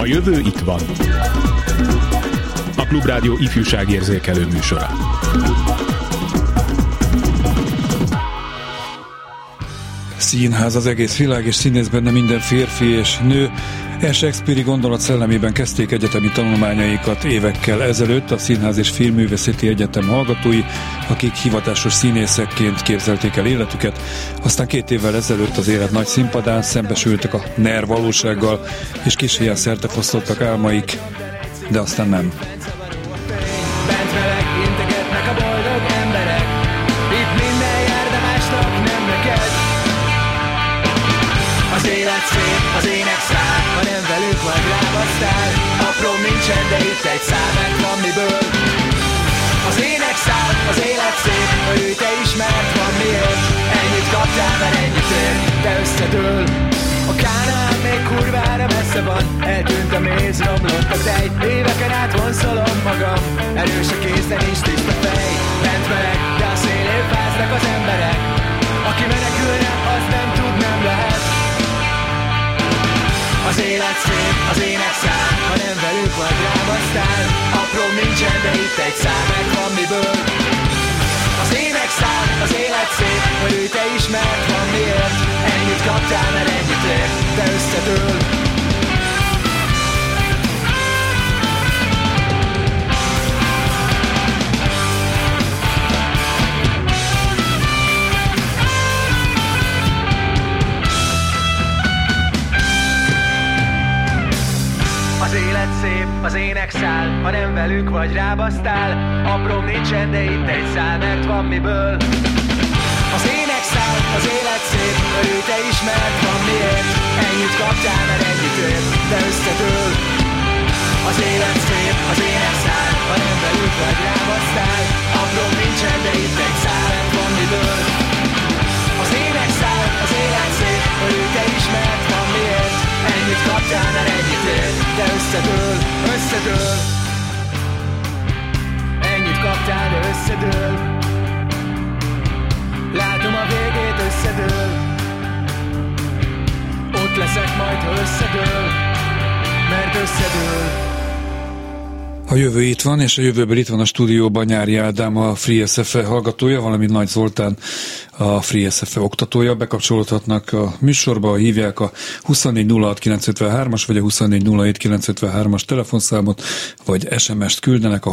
A jövő itt van. A Klubrádió ifjúságérzékelő műsora. Színház az egész világ, és színész benne minden férfi és nő. Shakespeare-i gondolat szellemében kezdték egyetemi tanulmányaikat évekkel ezelőtt a Színház és Filmművészeti Egyetem hallgatói, akik hivatásos színészekként képzelték el életüket. Aztán 2 évvel ezelőtt az élet nagy színpadán szembesültek a NER valósággal, és kis helyen szertefosztottak álmaik, de aztán nem. Bent meleg, integetnek a boldog emberek. Itt minden jár, de másnak nem neked. Az élet szép, az ének szár, ha nem velük vagy rábasztál. Apró nincsen, de itt egy szám, mert van miből. Az ének szár, az élet szép, ha ő te ismert, van miért. Ennyit kaptál, mert ennyit ér, de összedől. A Kánaán még kurvára messze van, eltűnt a méz, romlott a tej. Éveken át vonszolom magam, erős a kéz, de nincs tiszta fej. Bent meleg, de a szélén fáznak az emberek. Aki menekülne, az nem tud, nem lehet. Az élet szép, az ének szám, ha nem velük vagy rábasztál. Apró nincsen, de itt egy szám, mert van miből. Az ének szám, az élet szép, hogy ő te ismert, van miért. Ennyit kaptál, mert ennyit ér, de összedől. Az élet szép, az ének száll, ha nem velük vagy rábasztál. Apróm nincsen, de itt egy szál, mert van miből. Az ének száll, az élet szép, ő te ismert, van miért. Ennyit kaptál, mert ennyit ér, de összedől. Az élet szép, az ének száll, ha nem velük vagy rábasztál. Apróm nincsen, de itt egy szál, mert van miből. Az ének száll, az élet szép, ő te ismert, van miért. Ennyit kaptál, mert ennyit ér, de összedől, összedől. Ennyit kaptál, de összedől. Látom a végét, összedől. Ott leszek majd, ha összedől, mert összedől. A jövő itt van, és a jövőből itt van a stúdióban Nyári Ádám, a Free SFE hallgatója, valamint Nagy Zoltán, a Free SFE oktatója. Bekapcsolódhatnak a műsorba, hívják a 2406953-as vagy a 2407953-as telefonszámot, vagy SMS-t küldenek a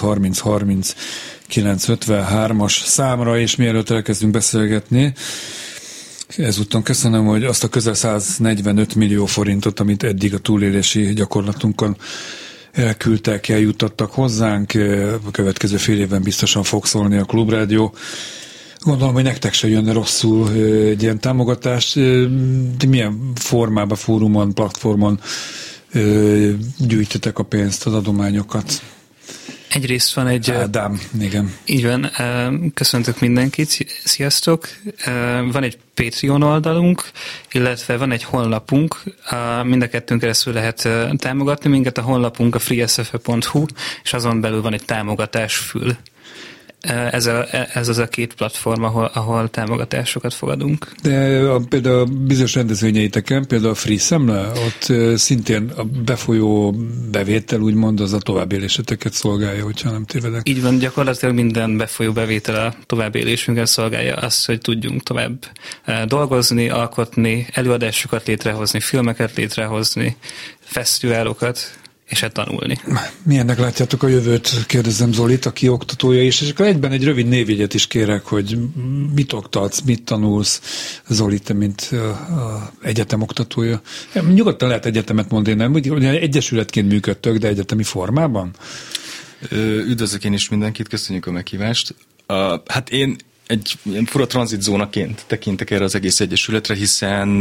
30303953-as számra, és mielőtt elkezdünk beszélgetni, ezúttal köszönöm, hogy azt a közel 145 millió forintot, amit eddig a túlélési gyakorlatunkon elküldtek, eljuttattak hozzánk. A következő fél évben biztosan fog szólni a Klubrádió. Gondolom, hogy nektek se jönne rosszul egy ilyen támogatás. De milyen formában, fórumon, platformon gyűjtötek a pénzt, az adományokat? Egyrészt van egy... Ádám, igen. Így van, köszöntök mindenkit, sziasztok. Van egy Patreon oldalunk, illetve van egy honlapunk, mind a kettőn keresztül lehet támogatni minket. A honlapunk a freesfe.hu, és azon belül van egy támogatásfül. Ez az a 2 platform, ahol támogatásokat fogadunk. De például a bizonyos rendezvényeiteken, például a Free Szemle, ott szintén a befolyó bevétel, úgymond, az a továbbéléseteket szolgálja, hogyha nem tévedek. Így van, gyakorlatilag minden befolyó bevétel a továbbélésünket szolgálja azt, hogy tudjunk tovább dolgozni, alkotni, előadásokat létrehozni, filmeket létrehozni, fesztiválokat, és tanulni. Milyennek látjátok a jövőt? Kérdezem Zolit, aki oktatója is, és akkor egyben egy rövid névjegyet is kérek, hogy mit oktatsz, mit tanulsz. Zoli, te mint egyetem oktatója. Nyugodtan lehet egyetemet mondani, nem? Ugye egyesületként működtök, de egyetemi formában? Üdvözlök én is mindenkit, köszönjük a meghívást. Hát én egy ilyen fura tranzitzónaként tekintek erre az egész egyesületre, hiszen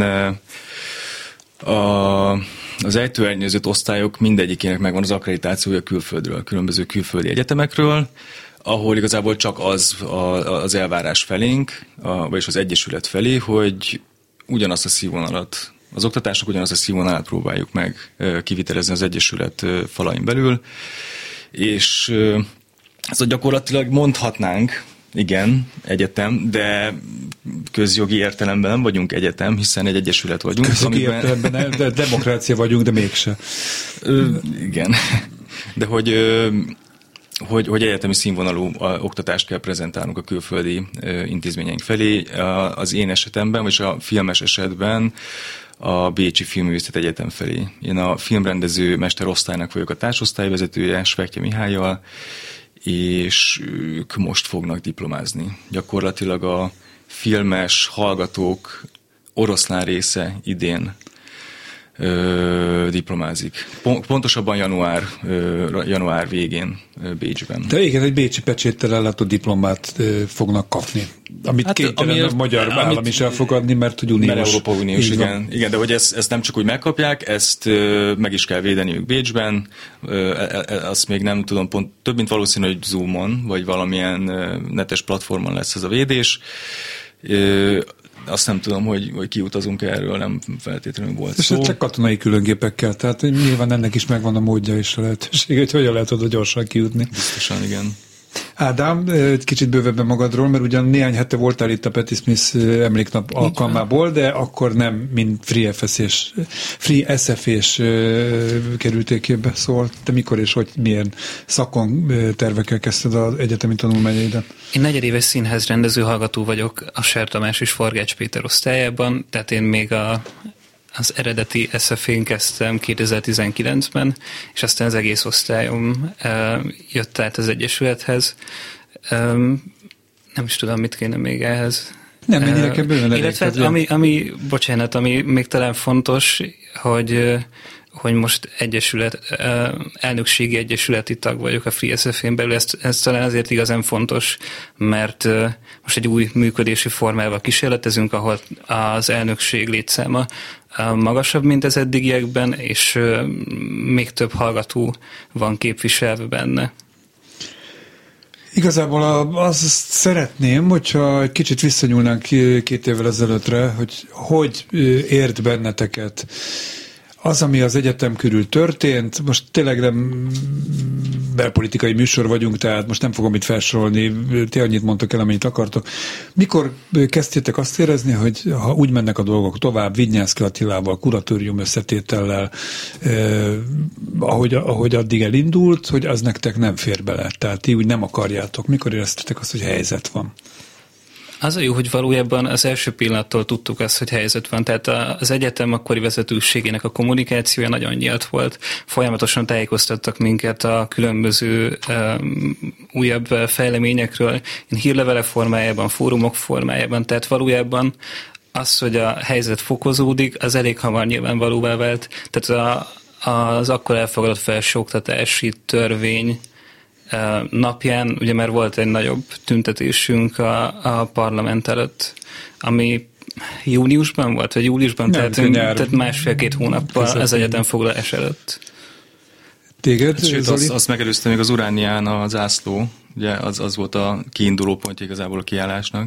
az ejtőernyőzött osztályok mindegyikének megvan az akkreditációja külföldről, különböző külföldi egyetemekről, ahol igazából csak az elvárás felénk, vagyis az egyesület felé, hogy ugyanazt a színvonalat, az oktatásnak ugyanazt a színvonalat próbáljuk meg kivitelezni az egyesület falain belül, és ezt gyakorlatilag mondhatnánk, igen, egyetem, de közjogi értelemben nem vagyunk egyetem, hiszen egy egyesület vagyunk. Közjogi értelemben de demokrácia vagyunk, de mégse. Igen. De hogy egyetemi színvonalú oktatást kell prezentálnunk a külföldi intézményeink felé. Az én esetemben, vagy a filmes esetben a Bécsi Filmművészeti Egyetem felé. Én a filmrendező mesterosztálynak vagyok a társosztályvezetője, Svekje Mihállyal, és ők most fognak diplomázni. Gyakorlatilag a filmes hallgatók oroszlán része idén diplomázik. Pontosabban január végén Bécsben. De igen, egy bécsi pecséttel ellátó diplomát fognak kapni. Amit kénytelen a magyar állam is elfogadni, mert hogy uniós. Mert Európa Uniós, igen, de hogy ezt nem csak úgy megkapják, ezt meg is kell védeniük Bécsben. Azt még nem tudom, pont több mint valószínű, hogy Zoomon, vagy valamilyen netes platformon lesz ez a védés. Azt nem tudom, hogy kiutazunk erről, nem feltétlenül volt szó. És csak katonai különgépekkel, tehát nyilván ennek is megvan a módja és a lehetőség, hogy hogyan lehet oda gyorsan kijutni. Biztosan, igen. Ádám, egy kicsit bővebben magadról, mert ugyan néhány hete voltál itt a Patti Smith emléknap alkalmából, de akkor nem, mint Free SF-és kerültél képbe, szóval te mikor és hogy milyen szakon tervekkel kezdted az egyetemi tanulmányaidat? Én negyedéves színház rendező hallgató vagyok a Ser Tamás és Forgács Péter osztályában, tehát én még az eredeti SF-én kezdtem 2019-ben, és aztán az egész osztályom jött át az Egyesülethez. Nem is tudom, mit kéne még ehhez. Nem, mennyire kell bőven elég. Illetve, ami még talán fontos, hogy most elnökségi egyesületi tag vagyok a Free SF-én belül, ez talán azért igazán fontos, mert most egy új működési formával kísérletezünk, ahol az elnökség létszáma magasabb, mint az eddigiekben, és még több hallgató van képviselve benne. Igazából azt szeretném, hogyha egy kicsit visszanyúlnánk 2 évvel ezelőttre, hogy ért benneteket az, ami az egyetem körül történt. Most tényleg nem belpolitikai műsor vagyunk, tehát most nem fogom itt felsorolni, ti annyit mondtak el, amennyit akartok. Mikor kezdtétek azt érezni, hogy ha úgy mennek a dolgok tovább, Vidnyánszky Attilával, kuratórium összetétellel, ahogy addig elindult, hogy az nektek nem fér bele, tehát ti úgy nem akarjátok. Mikor éreztetek azt, hogy helyzet van? Az a jó, hogy valójában az első pillanattól tudtuk azt, hogy helyzet van. Tehát az egyetem akkori vezetőségének a kommunikációja nagyon nyílt volt. Folyamatosan tájékoztattak minket a különböző újabb fejleményekről, hírlevele formájában, fórumok formájában. Tehát valójában az, hogy a helyzet fokozódik, az elég hamar nyilvánvalóvá vált. Tehát az akkor elfogadott felsőoktatási törvény napján, ugye már volt egy nagyobb tüntetésünk a parlament előtt, ami júniusban volt, vagy júliusban, tehát 1,5-2 hónappal az egyetemfoglalás előtt. Téged, sőt, azt megelőzte még az Uránián a zászló, ugye az volt a kiinduló pontja igazából a kiállásnak.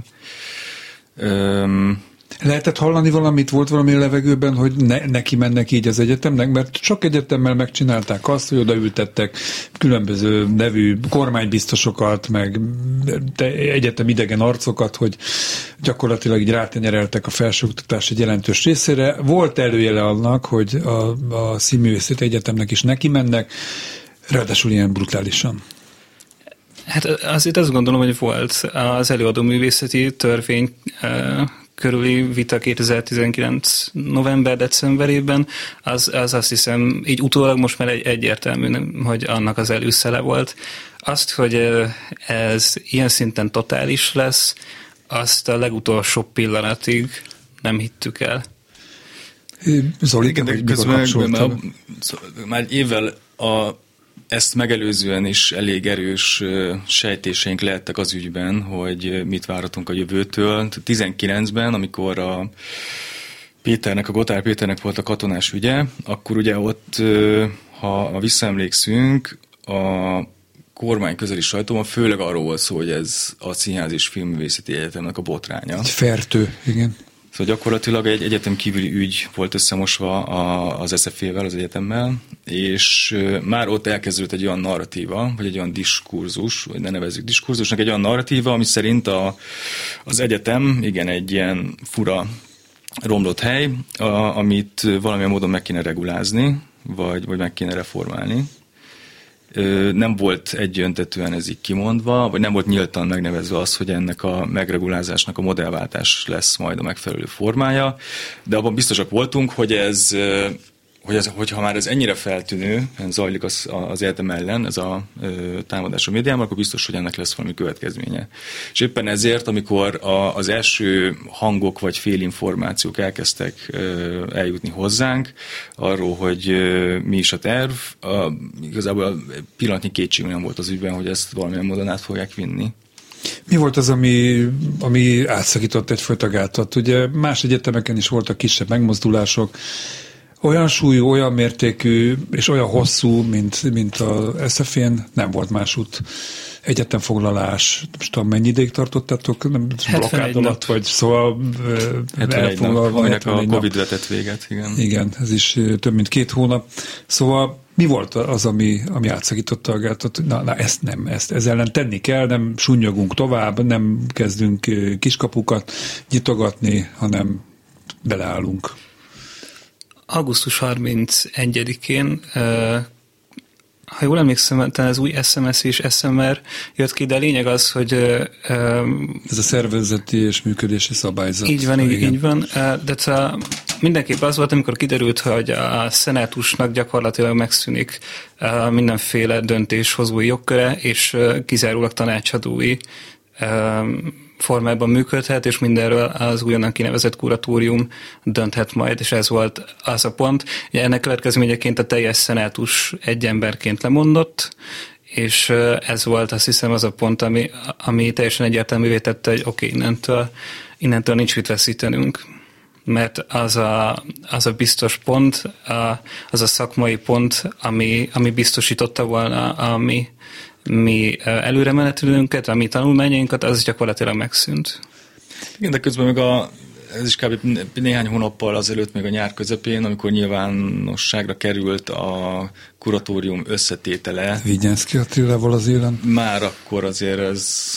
Lehetett hallani valamit, volt valami a levegőben, hogy neki mennek így az egyetemnek, mert sok egyetemmel megcsinálták azt, hogy odaültettek különböző nevű kormánybiztosokat, meg egyetem idegen arcokat, hogy gyakorlatilag így rátenyereltek a felsőoktatás egy jelentős részére. Volt előjele annak, hogy a Színművészeti Egyetemnek is neki mennek, ráadásul ilyen brutálisan. Hát azért azt gondolom, hogy volt az előadó művészeti törvény körüli vita 2019 november-decemberében, az azt hiszem, így utólag most már egyértelmű, hogy annak az előszele volt. Azt, hogy ez ilyen szinten totális lesz, azt a legutolsó pillanatig nem hittük el. Zoli, már egy évvel ezt megelőzően is elég erős sejtéseink lehettek az ügyben, hogy mit várhatunk a jövőtől. 19-ben, amikor a Gotthard Péternek volt a katonás ügye, akkor ugye ott, ha visszaemlékszünk, a kormány közeli sajtóban főleg arról volt szó, hogy ez a Színház és Filmművészeti Egyetemnek a botránya. Fertő, igen. Szóval gyakorlatilag egy egyetem kívüli ügy volt összemosva az SZF-vel, az egyetemmel, és már ott elkezdődött egy olyan narratíva, vagy egy olyan diskurzus, vagy ne nevezzük diskurzusnak, egy olyan narratíva, ami szerint az egyetem, igen, egy ilyen fura romlott hely, amit valamilyen módon meg kéne regulázni, vagy meg kéne reformálni. Nem volt egyöntetően ez így kimondva, vagy nem volt nyíltan megnevezve az, hogy ennek a megregulázásnak a modellváltás lesz majd a megfelelő formája, de abban biztosak voltunk, hogyha már ez ennyire feltűnő, zajlik az egyetem ellen, ez a támadás a médiában, akkor biztos, hogy ennek lesz valami következménye. És éppen ezért, amikor az első hangok vagy félinformációk elkezdtek eljutni hozzánk, arról, hogy mi is a terv, igazából pillanatnyi kétség nem volt az ügyben, hogy ezt valamilyen módon át fogják vinni. Mi volt az, ami átszakított egyfajta gátat? Ugye más egyetemeken is voltak kisebb megmozdulások, olyan súlyú, olyan mértékű és olyan hosszú, mint a SF-én, nem volt másút. Egyetemfoglalás, most tudom, mennyi ideig tartottátok? Blokkád alatt, vagy szóval elfoglalva. Aminek a Covid vetett véget, igen. Igen, ez is több mint 2 hónap. Szóval mi volt az, ami átszakította a gátat? Ezt ellen tenni kell, nem sunnyogunk tovább, nem kezdünk kiskapukat nyitogatni, hanem beleállunk. Augusztus 31-én, ha jól emlékszem, talán az új SMS és SMR jött ki, de a lényeg az, hogy... Ez a szervezeti és működési szabályzat. Így van, de mindenképp az volt, amikor kiderült, hogy a szenátusnak gyakorlatilag megszűnik mindenféle döntéshozói jogköre, és kizárólag tanácsadói formában működhet, és mindenről az újonnan kinevezett kuratórium dönthet majd, és ez volt az a pont. Ugye ennek következményeként a teljes szenátus egy emberként lemondott, és ez volt, azt hiszem, az a pont, ami teljesen egyértelművé tette, hogy oké, innentől nincs mit veszítenünk. Mert az a biztos pont, az a szakmai pont, ami biztosította volna mi előremenetülőnket, a mi tanulmányainkat, az gyakorlatilag megszűnt. Igen, de közben meg ez is kb. Néhány hónappal azelőtt, még a nyár közepén, amikor nyilvánosságra került a kuratórium összetétele. Vignyánszky Attilával az élen. Már akkor azért ez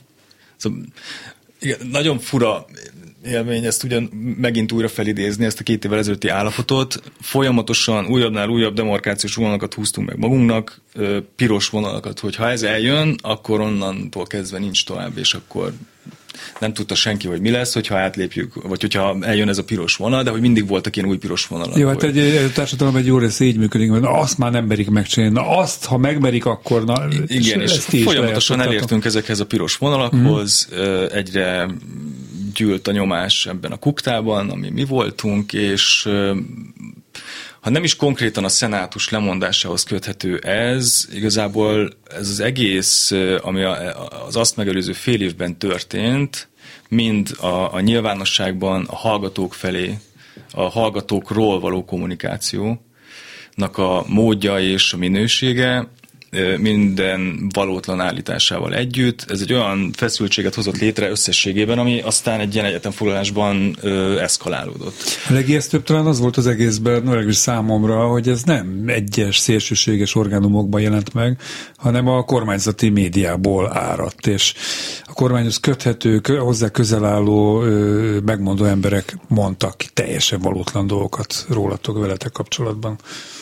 igen, nagyon fura élmény ezt ugyan megint újra felidézni, ezt a 2 évvel ezelőtti állapotot. Folyamatosan újabbnál újabb demarkációs vonalakat húztunk meg magunknak, piros vonalakat, hogy ha ez eljön, akkor onnantól kezdve nincs tovább, és akkor nem tudta senki, hogy mi lesz, hogyha átlépjük, vagy hogyha eljön ez a piros vonal, de hogy mindig voltak ilyen új piros vonalak. Jó, hát egy társadalom egy jó része így működik, mert azt már nem merik megcsinálni. Azt, ha megmerik, akkor... Igen, és folyamatosan elértünk ezekhez a piros vonalakhoz, egyre gyűlt a nyomás ebben a kuktában, ami mi voltunk, és ha nem is konkrétan a szenátus lemondásához köthető ez, igazából ez az egész, ami az azt megelőző fél évben történt, mind a nyilvánosságban a hallgatók felé, a hallgatókról való kommunikációnak a módja és a minősége, minden valótlan állításával együtt. Ez egy olyan feszültséget hozott létre összességében, ami aztán egy ilyen egyetemfoglalásban eszkalálódott. A legijesztőbb talán az volt az egészben, legalábbis számomra, hogy ez nem egyes szélsőséges orgánumokban jelent meg, hanem a kormányzati médiából áradt, és a kormányhoz köthető, hozzá közel álló megmondó emberek mondtak teljesen valótlan dolgokat rólatok, veletek kapcsolatban.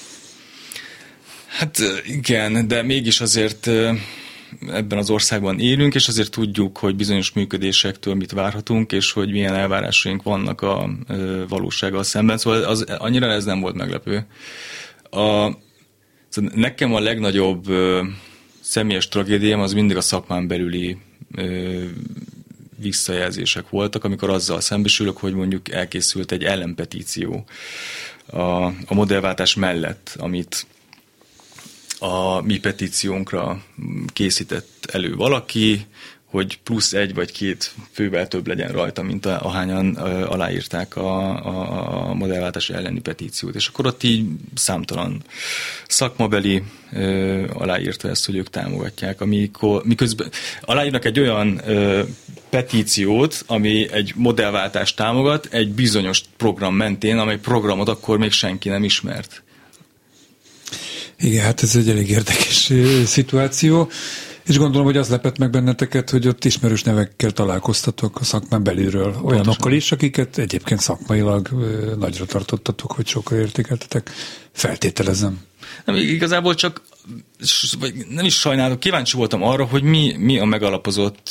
Hát igen, de mégis azért ebben az országban élünk, és azért tudjuk, hogy bizonyos működésektől mit várhatunk, és hogy milyen elvárásaink vannak a valósággal szemben. Szóval annyira ez nem volt meglepő. Szóval nekem a legnagyobb személyes tragédiám az mindig a szakmán belüli visszajelzések voltak, amikor azzal szembesülök, hogy mondjuk elkészült egy ellenpetíció a modellváltás mellett, amit a mi petíciónkra készített elő valaki, hogy plusz 1 vagy 2 fővel több legyen rajta, mint ahányan aláírták a modellváltás elleni petíciót. És akkor ott így számtalan szakmabeli aláírta ezt, hogy ők támogatják, miközben aláírnak egy olyan petíciót, ami egy modellváltást támogat egy bizonyos program mentén, amely programot akkor még senki nem ismert. Igen, hát ez egy elég érdekes szituáció, és gondolom, hogy az lepett meg benneteket, hogy ott ismerős nevekkel találkoztatok a szakmán belülről, olyanokkal is, akiket egyébként szakmailag nagyra tartottatok, hogy sokkal értékeltetek. Feltételezem. Nem, igazából csak vagy nem is sajnálok, kíváncsi voltam arra, hogy mi a megalapozott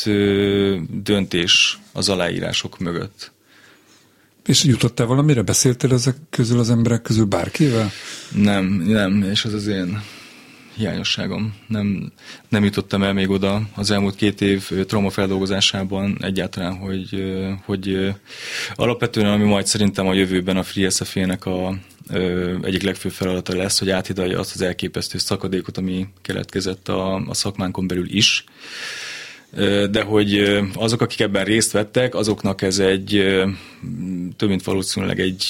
döntés az aláírások mögött. És jutottál valamire? Beszéltél ezek közül az emberek közül bárkivel? Nem, és az én hiányosságom. Nem jutottam el még oda az elmúlt 2 év traumafeldolgozásában egyáltalán, hogy alapvetően, ami majd szerintem a jövőben a Free SFA-nek egyik legfőbb feladata lesz, hogy áthidalja azt az elképesztő szakadékot, ami keletkezett a szakmánkon belül is. De hogy azok, akik ebben részt vettek, azoknak ez több mint valószínűleg egy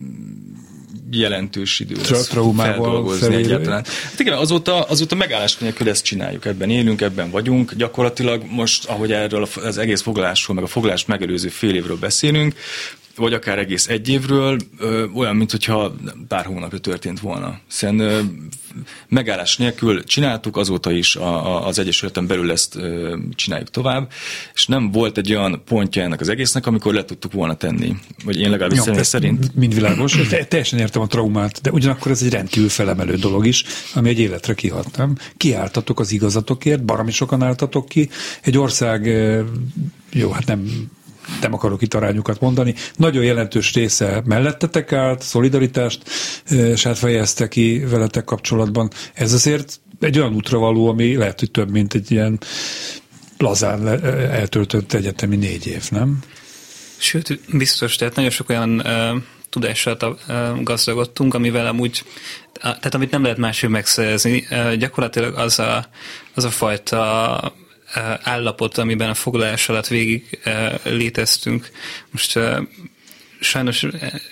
jelentős idő lesz feldolgozni egyáltalán. Hát igen, azóta megállás nélkül ezt csináljuk, ebben élünk, ebben vagyunk. Gyakorlatilag most, ahogy erről az egész foglalásról, meg a foglalást megelőző fél évről beszélünk, vagy akár egész 1 évről, olyan, mintha pár hónapja történt volna. Hiszen megállás nélkül csináltuk, azóta is az Egyesületen belül ezt csináljuk tovább, és nem volt egy olyan pontja ennek az egésznek, amikor le tudtuk volna tenni. Vagy én legalábbis személy szerint. Mind világos. Teljesen értem a traumát, de ugyanakkor ez egy rendkívül felemelő dolog is, ami egy életre kihat, nem? Kiálltatok az igazatokért, baromi sokan álltatok ki. Egy ország, jó, hát nem akarok itt arányokat mondani, nagyon jelentős része mellettetek állt, szolidaritást fejezte ki veletek kapcsolatban. Ez azért egy olyan útravaló, ami lehet, hogy több, mint egy ilyen lazán eltöltött egyetemi 4 év, nem? Sőt, biztos, tehát nagyon sok olyan tudással gazdagodtunk, amivel amúgy, tehát amit nem lehet máshogy megszerezni, gyakorlatilag az a fajta állapot, amiben a foglalás alatt végig léteztünk. Most sajnos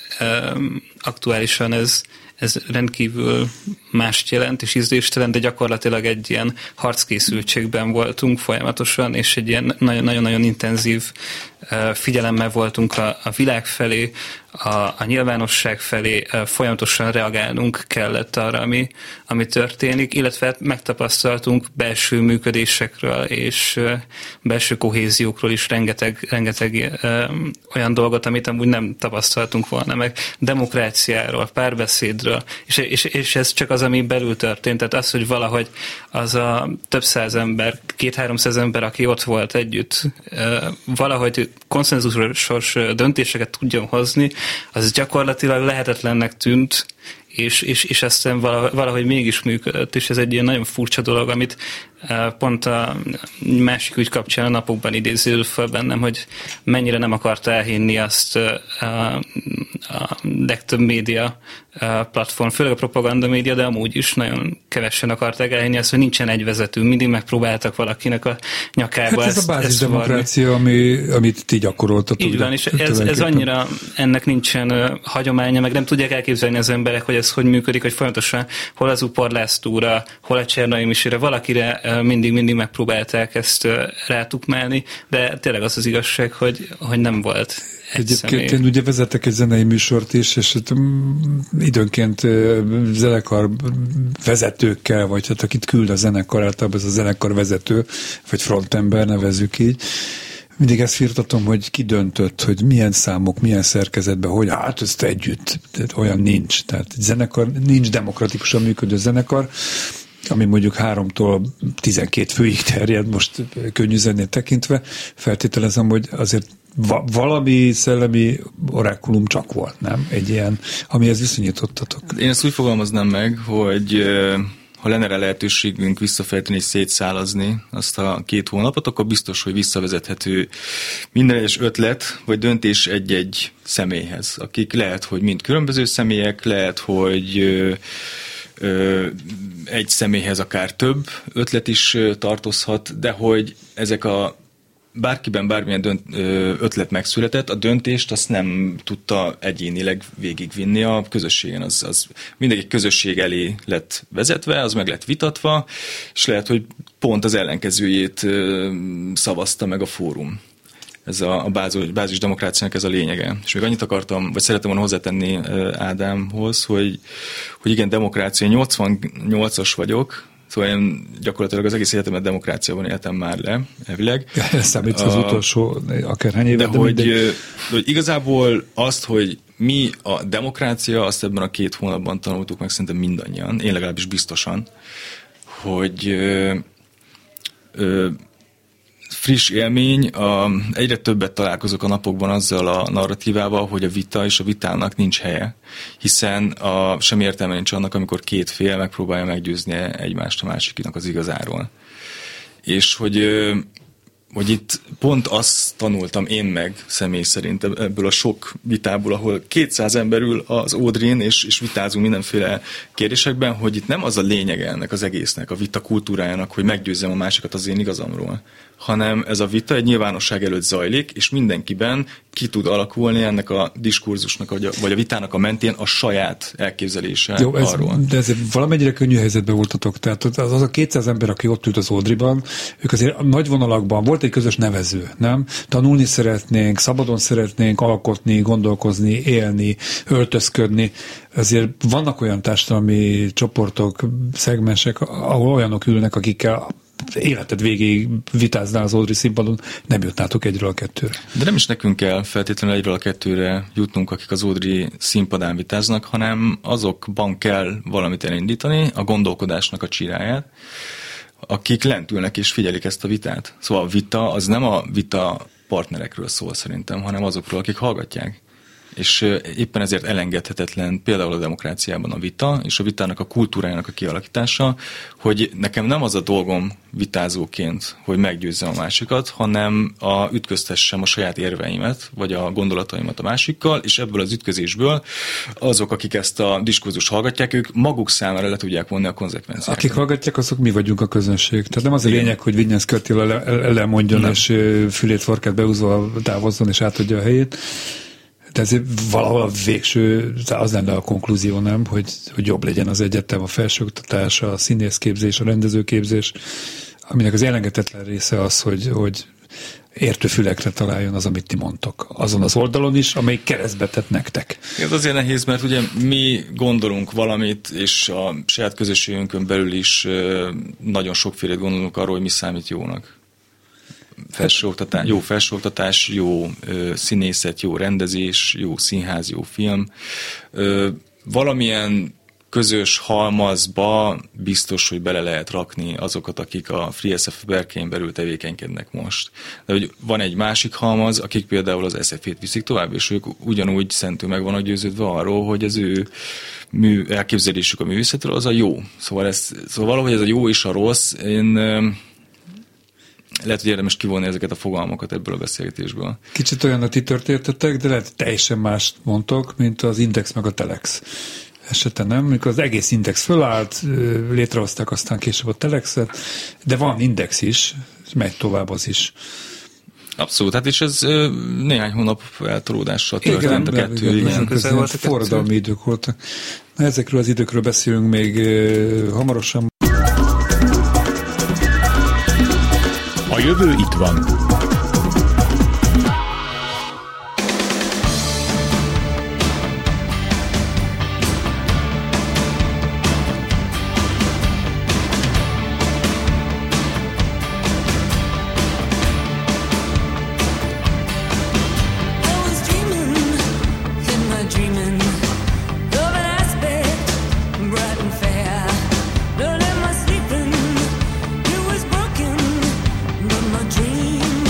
aktuálisan ez rendkívül mást jelent és ízléstelen, de gyakorlatilag egy ilyen harckészültségben voltunk folyamatosan, és egy ilyen nagyon-nagyon intenzív figyelemmel voltunk a világ felé, a nyilvánosság felé, folyamatosan reagálnunk kellett arra, ami történik, illetve megtapasztaltunk belső működésekről és belső kohéziókról is rengeteg olyan dolgot, amit amúgy nem tapasztaltunk volna meg. Demokráciáról, párbeszédről, és ez csak az, ami belül történt. Tehát az, hogy valahogy az a több száz ember, 200-300 ember, aki ott volt együtt, valahogy konszenzusos döntéseket tudjon hozni, az gyakorlatilag lehetetlennek tűnt, és aztán valahogy mégis működött, és ez egy ilyen nagyon furcsa dolog, amit pont a másik ügy kapcsán a napokban idéződött fel bennem, hogy mennyire nem akarta elhinni azt a legtöbb média platform, főleg a propaganda média, de amúgy is nagyon kevesen akarták elhinni azt, hogy nincsen egy vezető, mindig megpróbáltak valakinek a nyakába. Hát ez a bázisdemokrácia, amit ti gyakoroltatok. Így van, és ez annyira, ennek nincsen hagyománya, meg nem tudják elképzelni az emberek, hogy ez hogy működik, hogy folyamatosan hol az Upor Lászlóra, hol a Csernai Misire, valakire mindig megpróbálták ezt rátukmálni, de tényleg az az igazság, hogy nem volt egy személy. Én ugye vezetek egy zenei műsort is, és időnként zenekar vezetőkkel, vagy hát akit küld a zenekar, általában ez a zenekar vezető, vagy frontember, nevezzük így. Mindig ezt firtatom, hogy ki döntött, hogy milyen számok, milyen szerkezetben, hogy hát ezt együtt, tehát olyan nincs. Tehát egy zenekar, nincs demokratikusan működő zenekar, ami mondjuk 3-tól 12 főig terjed, most könnyű zenét tekintve. Feltételezem, hogy azért valami szellemi orákulum csak volt, nem? Egy ilyen, amihez viszonyítottatok. Én ezt úgy fogalmaznám meg, hogy ha lenne rá lehetőségünk visszafejteni és szétszálazni azt a 2 hónapot, akkor biztos, hogy visszavezethető minden egyes ötlet vagy döntés egy-egy személyhez, akik lehet, hogy mind különböző személyek, lehet, hogy egy személyhez akár több ötlet is tartozhat, de hogy ezek a bárkiben bármilyen ötlet megszületett, a döntést azt nem tudta egyénileg végigvinni a közösségen. Az mindenki közösség elé lett vezetve, az meg lett vitatva, és lehet, hogy pont az ellenkezőjét szavazta meg a fórum. Ez a bázis demokráciának ez a lényege. És még annyit akartam, vagy szeretem volna hozzátenni Ádámhoz, hogy igen, demokrácia, 88-as vagyok, szóval én gyakorlatilag az egész életemet demokráciában éltem már le, elvileg. Ez számít az utolsó akárhány évet. De hogy igazából azt, hogy mi a demokrácia, azt ebben a 2 hónapban tanultuk meg szerintem mindannyian, én legalábbis biztosan, hogy friss élmény, egyre többet találkozok a napokban azzal a narratívával, hogy a vita és a vitának nincs helye, hiszen semmi értelme nincs annak, amikor 2 fél megpróbálja meggyőzni egymást a másiknak az igazáról. És hogy itt pont azt tanultam én meg személy szerint ebből a sok vitából, ahol 200 ember ül az Ódrin, és vitázunk mindenféle kérdésekben, hogy itt nem az a lényege ennek az egésznek, a vita kultúrájának, hogy meggyőzzem a másikat az én igazamról, hanem ez a vita egy nyilvánosság előtt zajlik, és mindenkiben ki tud alakulni ennek a diskurzusnak, vagy a vitának a mentén a saját elképzelése arról. De ezért valamennyire könnyű helyzetben voltatok. Tehát az a 200 ember, aki ott ült az Ódriban, ők azért nagy vonalakban volt egy közös nevező, nem? Tanulni szeretnénk, szabadon szeretnénk alkotni, gondolkozni, élni, öltözködni. Azért vannak olyan társadalmi csoportok, szegmensek, ahol olyanok ülnek, akikkel életed végéig vitáznál az Ódri színpadon, nem jutnátok egyről a 2-re. De nem is nekünk kell feltétlenül egyről a 2-re jutnunk, akik az Ódri színpadán vitáznak, hanem azokban kell valamit elindítani, a gondolkodásnak a csiráját, akik lent ülnek és figyelik ezt a vitát. Szóval a vita az nem a vita partnerekről szól szerintem, hanem azokról, akik hallgatják. És éppen ezért elengedhetetlen például a demokráciában a vita, és a vitának a kultúrájának a kialakítása, hogy nekem nem az a dolgom vitázóként, hogy meggyőzzem a másikat, hanem ütköztessem a saját érveimet, vagy a gondolataimat a másikkal, és ebből az ütközésből azok, akik ezt a diskurzust hallgatják, ők maguk számára le tudják vonni a konzekvenciákat. Akik hallgatják, azok mi vagyunk a közönség. Tehát nem az a lényeg, hogy Vignyánszky Attila ellenmondjon, és fülét, farkát beúzva távozzon, és átadja a helyét. De ezért valahol a végső, az lenne a konklúzió, nem, hogy jobb legyen az egyetem, a felsőoktatás, a színészképzés, a rendezőképzés, aminek az elengedhetetlen része az, hogy értő fülekre találjon az, amit ti mondtok. Azon az oldalon is, amelyik keresztbe tett nektek. Ez azért nehéz, mert ugye mi gondolunk valamit, és a saját közösségünkön belül is nagyon sokfélét gondolunk arról, hogy mi számít jónak. Jó felsőoktatás, jó színészet, jó rendezés, jó színház, jó film. Valamilyen közös halmazba biztos, hogy bele lehet rakni azokat, akik a Free SF berkein belül tevékenykednek most. De hogy van egy másik halmaz, akik például az SF-ét viszik tovább, és ők ugyanúgy szentül meg vannak győződve arról, hogy az ő elképzelésük a művészetről az a jó. Szóval valahogy ez a jó és a rossz, lehet, hogy érdemes kivonni ezeket a fogalmakat ebből a beszélgetésből. Kicsit olyan a ti történetetek, de lehet teljesen mást mondtok, mint az Index meg a Telex esete, nem? Mikor az egész Index fölállt, létrehozták aztán később a Telexet, de van Index is, megy tovább az is. Abszolút, hát és ez néhány hónap eltolódással történt a 2. Igen, forradalmi idők voltak. Na, ezekről az időkről beszélünk még hamarosan. A jövő itt van. Dream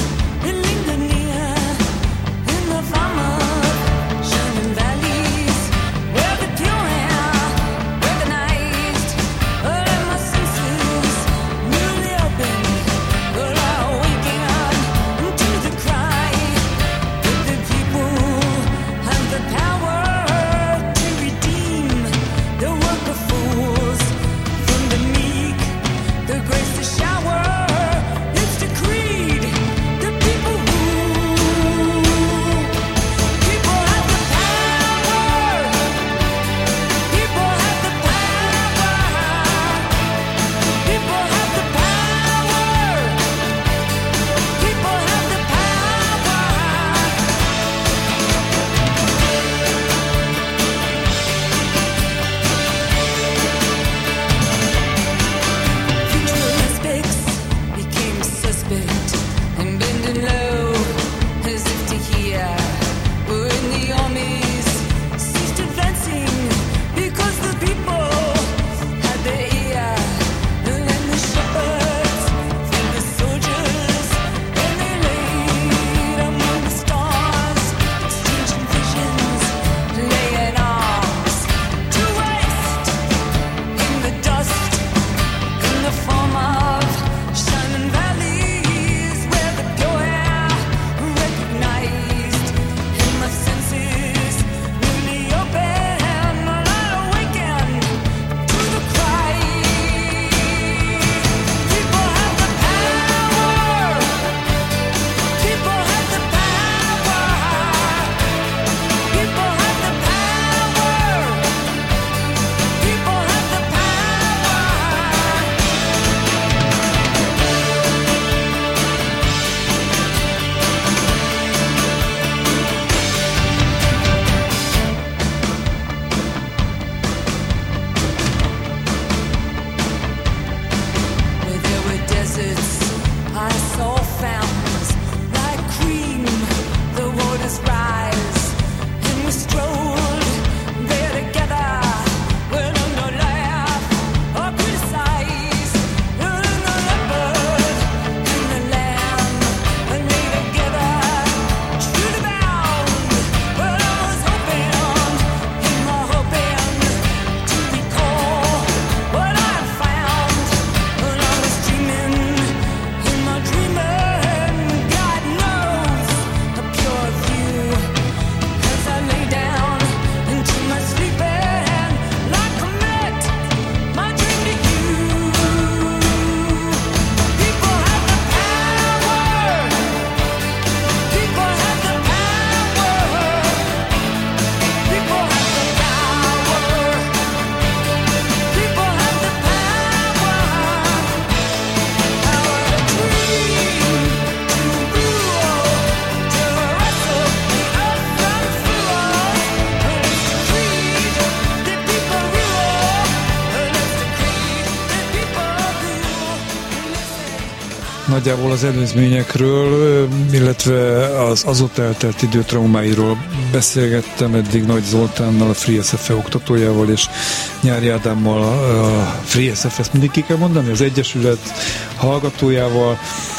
nagyjából az előzményekről, illetve az azóta eltelt idő traumáiról beszélgettem eddig Nagy Zoltánnal, a Free SFE oktatójával, és Nyári Ádámmal, a Free SFE, ezt mindig ki kell mondani, az Egyesület hallgatójával,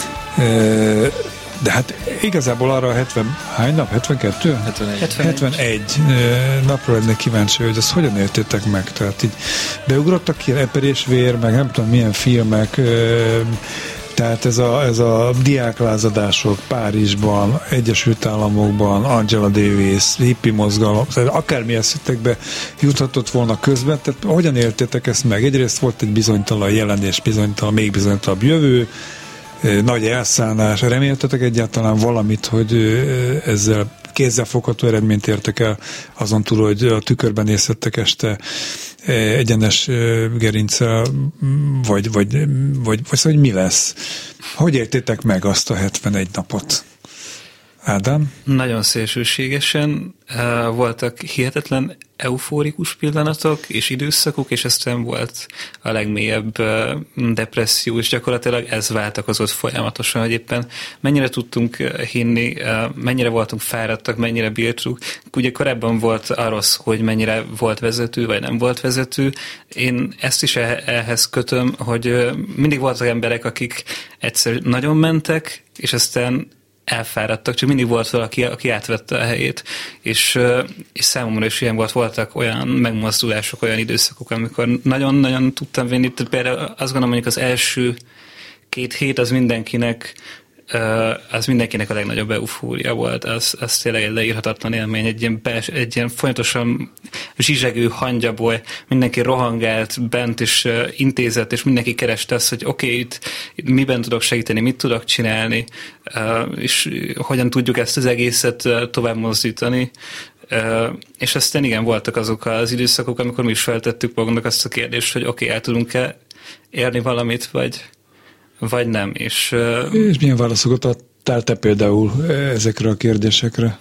de hát igazából arra 70, hány nap? 72? 71 napra lennék kíváncsi, hogy azt hogyan értétek meg? Tehát így beugrottak ki Eperésvér, meg nem tudom milyen filmek, tehát ez a diáklázadások Párizsban, Egyesült Államokban, Angela Davis, hippi mozgalom, akármi eszetekbe juthatott volna közben, tehát hogyan értétek ezt meg? Egyrészt volt egy bizonytalan jelen és még bizonytalanabb jövő, nagy elszállás. Reméltetek egyáltalán valamit, hogy ezzel kézzelfogható eredményt értek el, azon túl, hogy a tükörben nézhettek este egyenes gerinccel, vagy szóval, hogy mi lesz? Hogy értétek meg azt a 71 napot? Ádám? Nagyon szélsőségesen voltak hihetetlen eufórikus pillanatok és időszakok, és aztán volt a legmélyebb depresszió, és gyakorlatilag ez váltakozott folyamatosan, hogy éppen mennyire tudtunk hinni, mennyire voltunk fáradtak, mennyire bírtuk. Ugye korábban volt arról szó, hogy mennyire volt vezető, vagy nem volt vezető. Én ezt is ehhez kötöm, hogy mindig voltak emberek, akik egyszer nagyon mentek, és aztán elfáradtak, csak mindig volt valaki, aki átvette a helyét, és számomra is ilyen voltak olyan megmozdulások, olyan időszakok, amikor nagyon-nagyon tudtam venni. Tehát például azt gondolom, mondjuk az első 2 hét az mindenkinek a legnagyobb eufória volt. Az tényleg egy leírhatatlan élmény, egy ilyen folyamatosan zsizsegő hangyaból, mindenki rohangált bent, és intézett, és mindenki kereste azt, hogy oké, itt miben tudok segíteni, mit tudok csinálni, és hogyan tudjuk ezt az egészet tovább mozdítani. És aztán igen, voltak azok az időszakok, amikor mi is feltettük magunknak azt a kérdést, hogy oké, el tudunk-e érni valamit, vagy nem. És milyen válaszokat adtál te például ezekre a kérdésekre?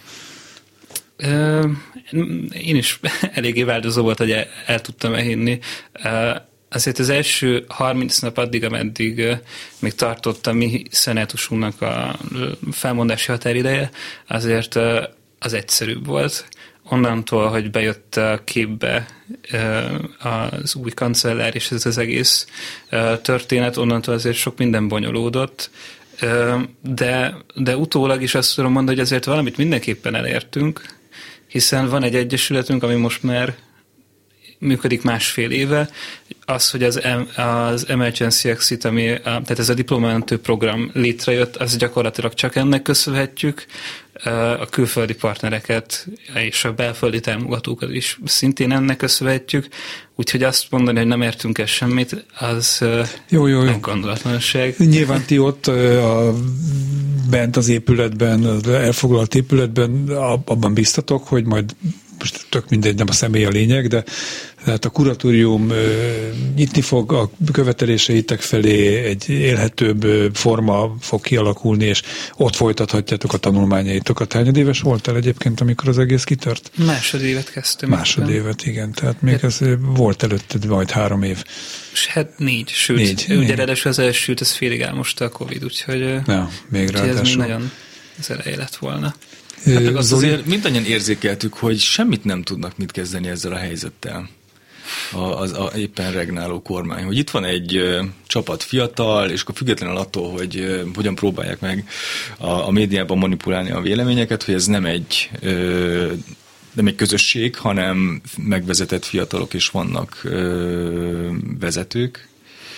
Én is eléggé változó volt, hogy el tudtam hinni. Azért az első 30 nap addig, ameddig még tartott a mi szenátusunknak a felmondási határideje, azért az egyszerűbb volt. Onnantól, hogy bejött a képbe az új kancellár és ez az egész történet, onnantól azért sok minden bonyolódott, de utólag is azt tudom mondani, hogy azért valamit mindenképpen elértünk, hiszen van egy egyesületünk, ami most már működik 1,5 éve, az, hogy az Emergency Exit, tehát ez a diplomamentő program létrejött, az gyakorlatilag csak ennek köszönhetjük, a külföldi partnereket és a belföldi támogatókat is szintén ennek köszönhetjük, úgyhogy azt mondani, hogy nem értünk el semmit, az nem gondolatlanság. Nyilván ti ott bent az épületben, az elfoglalt épületben abban biztatok, hogy majd most tök mindegy, nem a személy a lényeg, de tehát a kuratórium nyitni fog a követeléseitek felé, egy élhetőbb forma fog kialakulni, és ott folytathatjátok a tanulmányaitokat. Hányad éves voltál egyébként, amikor az egész kitört? Másodévet kezdtem. Másodévet, igen. Tehát még ez volt előtted majd 3 év. Hát 4, sőt. Ugye ráadásul az elsőt, ez félig elmosta a Covid, úgyhogy még ráadásul. Ez még nagyon az eleje lett volna. Hát azt azért mindannyian érzékeltük, hogy semmit nem tudnak mit kezdeni ezzel a helyzettel. Az éppen regnáló kormány, hogy itt van egy csapat fiatal, és akkor függetlenül attól, hogy hogyan próbálják meg a médiában manipulálni a véleményeket, hogy ez nem egy közösség, hanem megvezetett fiatalok, és vannak vezetők.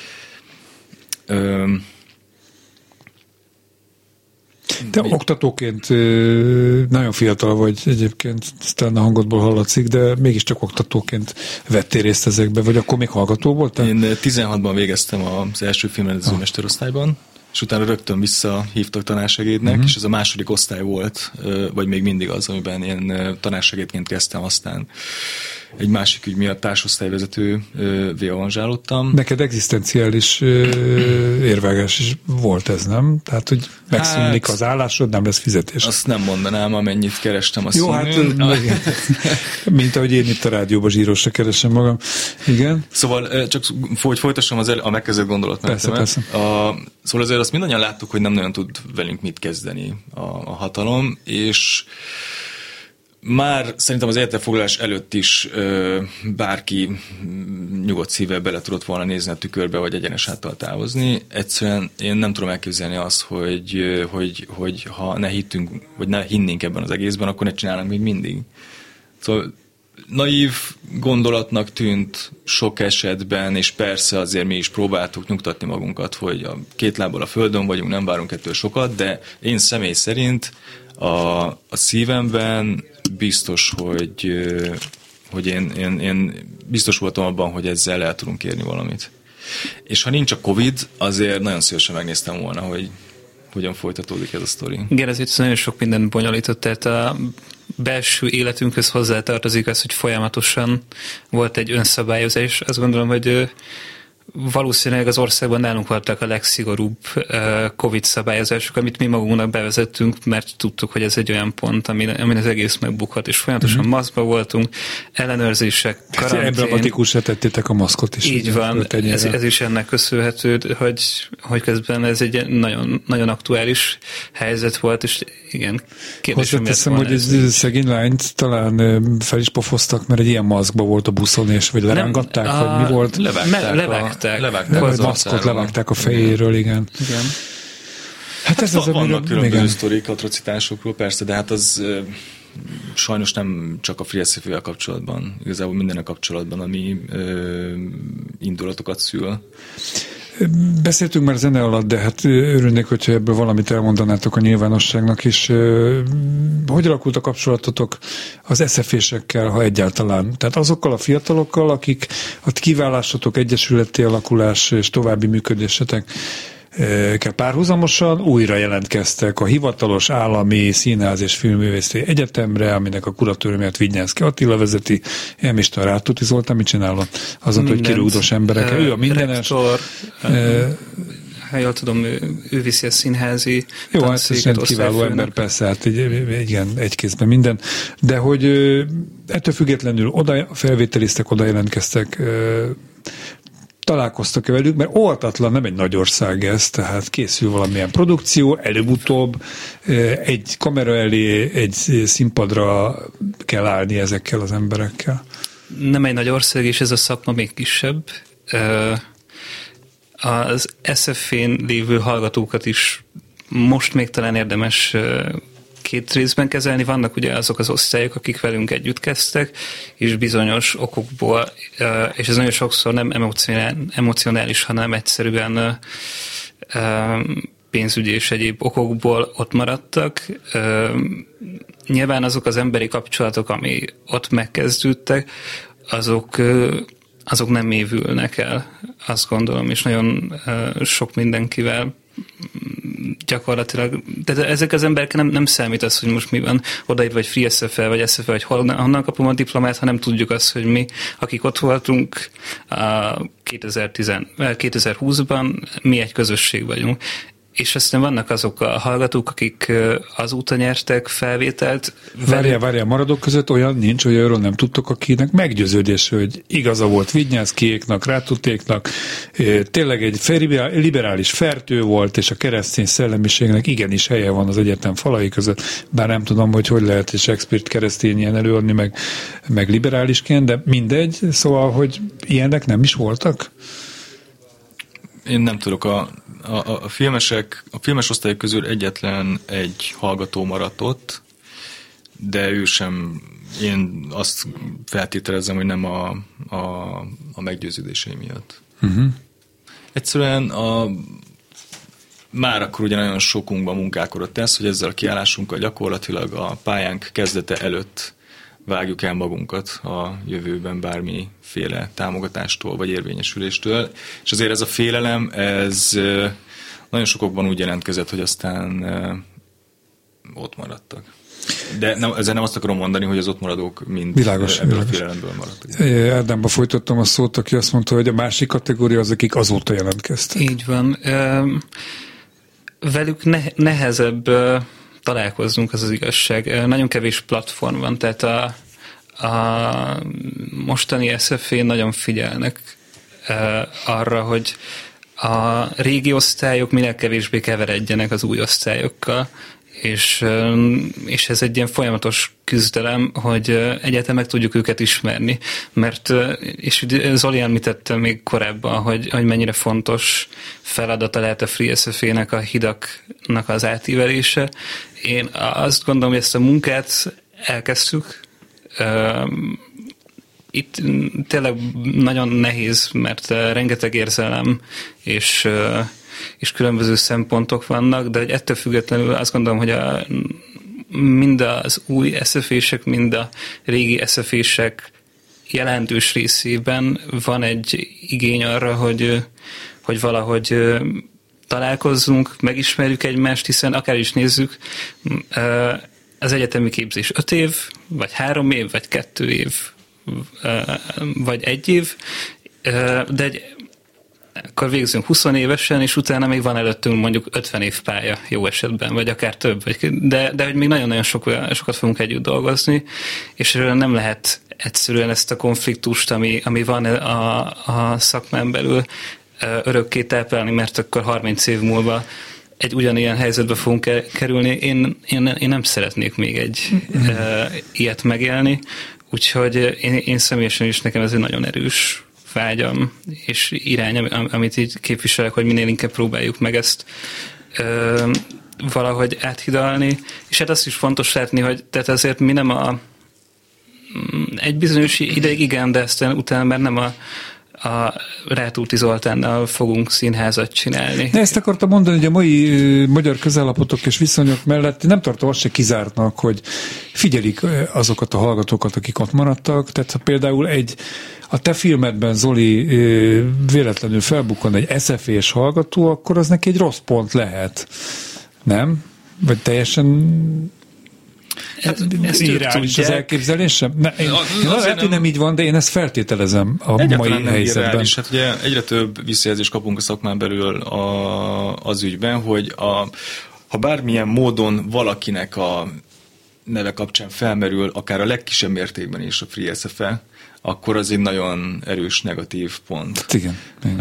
Te oktatóként nagyon fiatal vagy egyébként, aztán a hangodból hallatszik, de mégiscsak oktatóként vettél részt ezekbe, vagy akkor még hallgató voltál? Én 16-ban végeztem az első filmrendező mesterosztályban, és utána rögtön visszahívtak tanársegédnek, és ez a második osztály volt, vagy még mindig az, amiben én tanársegédként kezdtem, aztán egy másik ügy miatt társosztályvezetővé avanzsálódtam. Neked egzisztenciális érvelgés is volt ez, nem? Tehát, hogy megszűnik az állásod, nem lesz fizetés. Azt nem mondanám, amennyit kerestem a Jó, színűn. mint ahogy én itt a rádióban zsírosra keresem magam. Igen. Szóval csak hogy folytassam a megkezdett gondolatmenetemet. Persze. Szóval azért azt mindannyian láttuk, hogy nem nagyon tud velünk mit kezdeni a hatalom, és már szerintem az életrefoglalás előtt is bárki nyugodt szívvel bele tudott volna nézni a tükörbe, vagy egyenes háttal távozni. Egyszerűen én nem tudom elképzelni azt, hogy ha ne hittünk, vagy ne hinnénk ebben az egészben, akkor ne csinálnánk még mindig. Szóval naív gondolatnak tűnt sok esetben, és persze azért mi is próbáltuk nyugtatni magunkat, hogy a két lábbal a földön vagyunk, nem várunk ettől sokat, de én személy szerint a szívemben biztos, hogy én biztos voltam abban, hogy ezzel el tudunk érni valamit. És ha nincs a Covid, azért nagyon szívesen megnéztem volna, hogy hogyan folytatódik ez a sztori. Igen, ezért nagyon sok mindent bonyolított, tehát a belső életünkhöz hozzátartozik az, hogy folyamatosan volt egy önszabályozás. Azt gondolom, hogy valószínűleg az országban nálunk voltak a legszigorúbb Covid szabályozások, amit mi magunknak bevezettünk, mert tudtuk, hogy ez egy olyan pont, amin az egész megbukhat, és folyamatosan maszkba voltunk, ellenőrzések, karantén. Emblematikusra tettétek a maszkot is. Így van, ez is ennek köszönhető, hogy közben ez egy nagyon, nagyon aktuális helyzet volt, és igen, kérdésem, hozzáteszem, hogy egy szegény lányt talán fel is pofoztak, mert egy ilyen maszkba volt a buszon, és vagy lerángatták, vagy mi volt? Levágták a maszkot, levágták a fejéről, igen. Hát ez az, vannak különböző sztorik, atrocitásokról, persze, de hát az sajnos nem csak a Free SF-vel kapcsolatban, igazából mindennel kapcsolatban, ami indulatokat szül. Beszéltünk már zene alatt, de hát örülnék, hogyha ebből valamit elmondanátok a nyilvánosságnak is. Hogy alakult a kapcsolatotok az SF-ésekkel, ha egyáltalán? Tehát azokkal a fiatalokkal, akik a kiválásatok, egyesületi alakulás és további működésetek párhuzamosan újra jelentkeztek a hivatalos állami színház és filmművészeti egyetemre, aminek a kuratőrömet Vignyánszky Attila vezeti. Én is tudom, Rátóti Zoltán mit csinálott? Azon, hogy kirúgdos emberek. Ő a mindenes. Rektor, ha jól tudom, ő viszi a színházi jó, hát ez kiváló ember, persze, hát igen, egy kézben minden. De hogy ettől függetlenül oda felvételiztek, oda jelentkeztek, találkoztak velük, mert óvatatlan, nem egy nagy ország ez, tehát készül valamilyen produkció, előbb-utóbb egy kamera elé, egy színpadra kell állni ezekkel az emberekkel. Nem egy nagy ország, és ez a szakma még kisebb. Az SF-én lévő hallgatókat is most még talán érdemes két részben kezelni. Vannak ugye azok az osztályok, akik velünk együtt kezdtek, és bizonyos okokból, és ez nagyon sokszor nem emocionális, hanem egyszerűen pénzügyi és egyéb okokból ott maradtak. Nyilván azok az emberi kapcsolatok, ami ott megkezdődtek, azok nem évülnek el, azt gondolom, és nagyon sok mindenkivel gyakorlatilag, de ezek az emberek nem számít az, hogy most mi van odaírva, vagy Free SF-el, vagy SF-el, vagy honnan kapom a diplomát, hanem tudjuk azt, hogy mi, akik ott voltunk 2020-ban, mi egy közösség vagyunk. És aztán vannak azok a hallgatók, akik azóta nyertek felvételt. Várjál, maradók között olyan nincs, hogy arról nem tudtok, akinek meggyőződés, hogy igaza volt Vignyánszkyéknak, Rátótéknak, tényleg egy liberális fertő volt, és a keresztény szellemiségnek igenis helye van az egyetem falai között, bár nem tudom, hogy lehet egy Shakespeare-t keresztényen előadni, meg liberálisként, de mindegy, szóval, hogy ilyenek nem is voltak? Én nem tudok, a filmes osztályok közül egyetlen egy hallgató maradt ott, de ő sem, én azt feltételezem, hogy nem a meggyőződései miatt. Uh-huh. Egyszerűen már akkor ugye nagyon sokunkban munkálkodott ez, hogy ezzel a kiállásunkkal gyakorlatilag a pályánk kezdete előtt vágjuk el magunkat a jövőben bármiféle támogatástól vagy érvényesüléstől, és azért ez a félelem, ez nagyon sokokban úgy jelentkezett, hogy aztán ott maradtak. De ezzel nem azt akarom mondani, hogy az ott maradók mind világos. a félelemből maradtak. Ádámba folytattam a szót, aki azt mondta, hogy a másik kategória az, akik azóta jelentkeztek. Így van. Velük nehezebb találkoznunk, az igazság. Nagyon kevés platform van, tehát a mostani SFE nagyon figyelnek arra, hogy a régi osztályok minél kevésbé keveredjenek az új osztályokkal, és ez egy ilyen folyamatos küzdelem, hogy egyáltalán meg tudjuk őket ismerni, mert, és Zoli említette még korábban, hogy mennyire fontos feladata lehet a FreeSFE-nek a hidaknak az átívelése. Én azt gondolom, hogy ezt a munkát elkezdtük. Itt tényleg nagyon nehéz, mert rengeteg érzelem és különböző szempontok vannak, de ettől függetlenül azt gondolom, hogy mind az új SFE-sek, mind a régi SFE-sek jelentős részében van egy igény arra, hogy valahogy találkozzunk, megismerjük egymást, hiszen akár is nézzük, az egyetemi képzés 5 év, vagy 3 év, vagy 2 év, vagy 1 év, de akkor végzünk 20 évesen, és utána még van előttünk mondjuk 50 év pálya jó esetben, vagy akár több, de hogy még nagyon-nagyon sokat fogunk együtt dolgozni, és nem lehet egyszerűen ezt a konfliktust, ami van a szakmán belül örökké táplálni, mert akkor 30 év múlva egy ugyanilyen helyzetbe fogunk kerülni. Én nem szeretnék még egy ilyet megélni, úgyhogy én személyesen is nekem ez egy nagyon erős vágyam és irány, amit így képviselek, hogy minél inkább próbáljuk meg ezt valahogy áthidalni. És hát azt is fontos látni, hogy tehát azért mi nem egy bizonyos ideig igen, de aztán utána már nem a Rátóti Zoltánnal fogunk színházat csinálni. De ezt akartam mondani, hogy a mai magyar közállapotok és viszonyok mellett nem tartom azt se kizártnak, hogy figyelik azokat a hallgatókat, akik ott maradtak. Tehát ha például a te filmedben, Zoli, véletlenül felbukkan egy SFE-s hallgató, akkor az neki egy rossz pont lehet. Nem? Vagy teljesen ez irreális az elképzelésem? Lehet, hogy nem így van, de én ezt feltételezem a mai helyzetben. Hát ugye egyre több visszajelzést kapunk a szakmán belül az ügyben, hogy ha bármilyen módon valakinek a neve kapcsán felmerül, akár a legkisebb mértékben is a FreeSFE, akkor az egy nagyon erős negatív pont. Igen.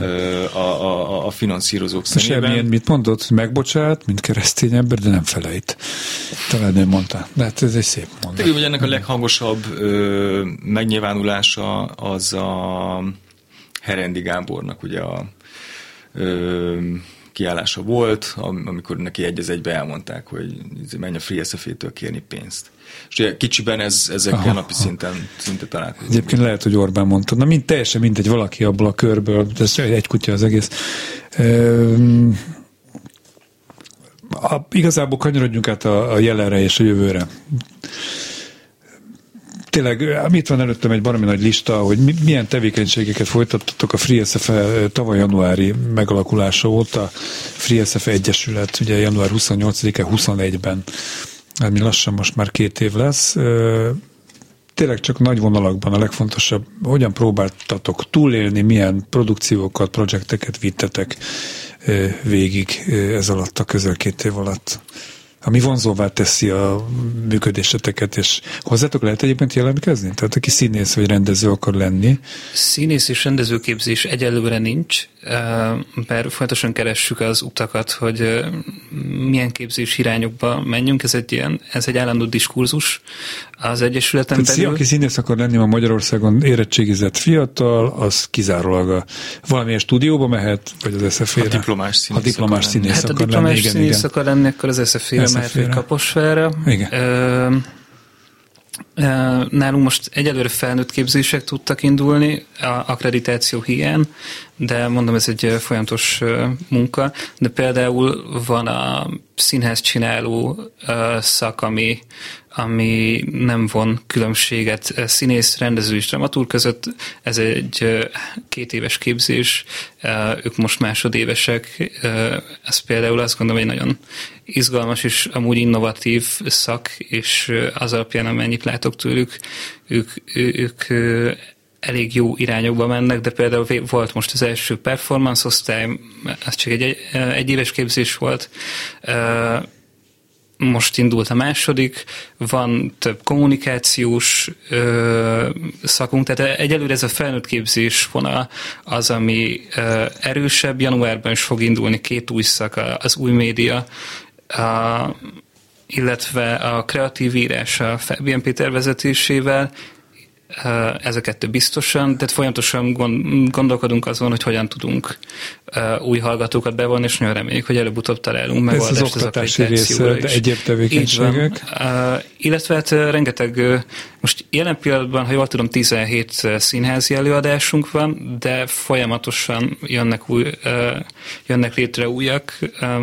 A finanszírozók szemében. Semmilyen, mit mondott? Megbocsát, mint keresztény ember, de nem felejt. Talán ő mondta. De hát ez egy szép mondat. Tényleg, hogy ennek a leghangosabb megnyilvánulása az a Herendi Gábornak ugye a kiállása volt, amikor neki egy-egybe elmondták, hogy menj a FreeSFE-től kérni pénzt. És ugye kicsiben ezekkel napi szinten találkozunk. Egyébként lehet, hogy Orbán mondta. Na teljesen mindegy, valaki abból a körből, ez egy kutya az egész. Igazából kanyarodjunk át a jelenre és a jövőre. Tényleg, itt van előttem egy baromi nagy lista, hogy milyen tevékenységeket folytattatok a FreeSFE tavaly januári megalakulása óta. FreeSFE Egyesület, ugye január 28-e 21-ben, ami lassan most már 2 év lesz. Tényleg csak nagy vonalakban a legfontosabb, hogyan próbáltatok túlélni, milyen produkciókat, projekteket vittetek végig ez alatt a közel 2 év alatt, ami vonzóvá teszi a működéseteket, és hozzátok lehet egyébként jelentkezni? Tehát aki színész vagy rendező akar lenni? Színész és rendezőképzés egyelőre nincs, bár folyamatosan keressük az utakat, hogy milyen képzés irányokba menjünk. Ez egy állandó diskurzus az Egyesületen belül. Aki színész akar lenni, ma Magyarországon érettségizett fiatal, az kizárólag valamilyen stúdióba mehet, vagy az SFE-re? Ha diplomás színész akar lenni. Ha diplomás színész akar lenni, akkor az SFE-re mehet, vagy Kaposvárra. Igen. Nálunk most egyelőre felnőtt képzések tudtak indulni, akkreditáció hiány, de mondom, ez egy folyamatos munka, de például van a színház csináló szak, ami nem von különbséget színész, rendező és dramaturg között. Ez egy 2 éves képzés, ők most másodévesek. Ez például azt gondolom, hogy nagyon izgalmas és amúgy innovatív szak, és az alapján, amennyit látok tőlük, ők elég jó irányokba mennek, de például volt most az első performance osztály, ez csak egy éves képzés volt, most indult a második, van több kommunikációs szakunk, tehát egyelőre ez a felnőtt képzés vonal az, ami erősebb. Januárban is fog indulni 2 új szak, az új média, illetve a kreatív írás a Fábián Péter vezetésével. Ez a 2 biztosan, tehát folyamatosan gondolkodunk azon, hogy hogyan tudunk új hallgatókat bevonni, és nagyon reméljük, hogy előbb-utóbb találunk megoldást az oktatási része, de egyéb tevékenységek. Illetve hát rengeteg, most jelen pillanatban, ha jól tudom, 17 színházi előadásunk van, de folyamatosan jönnek létre újak.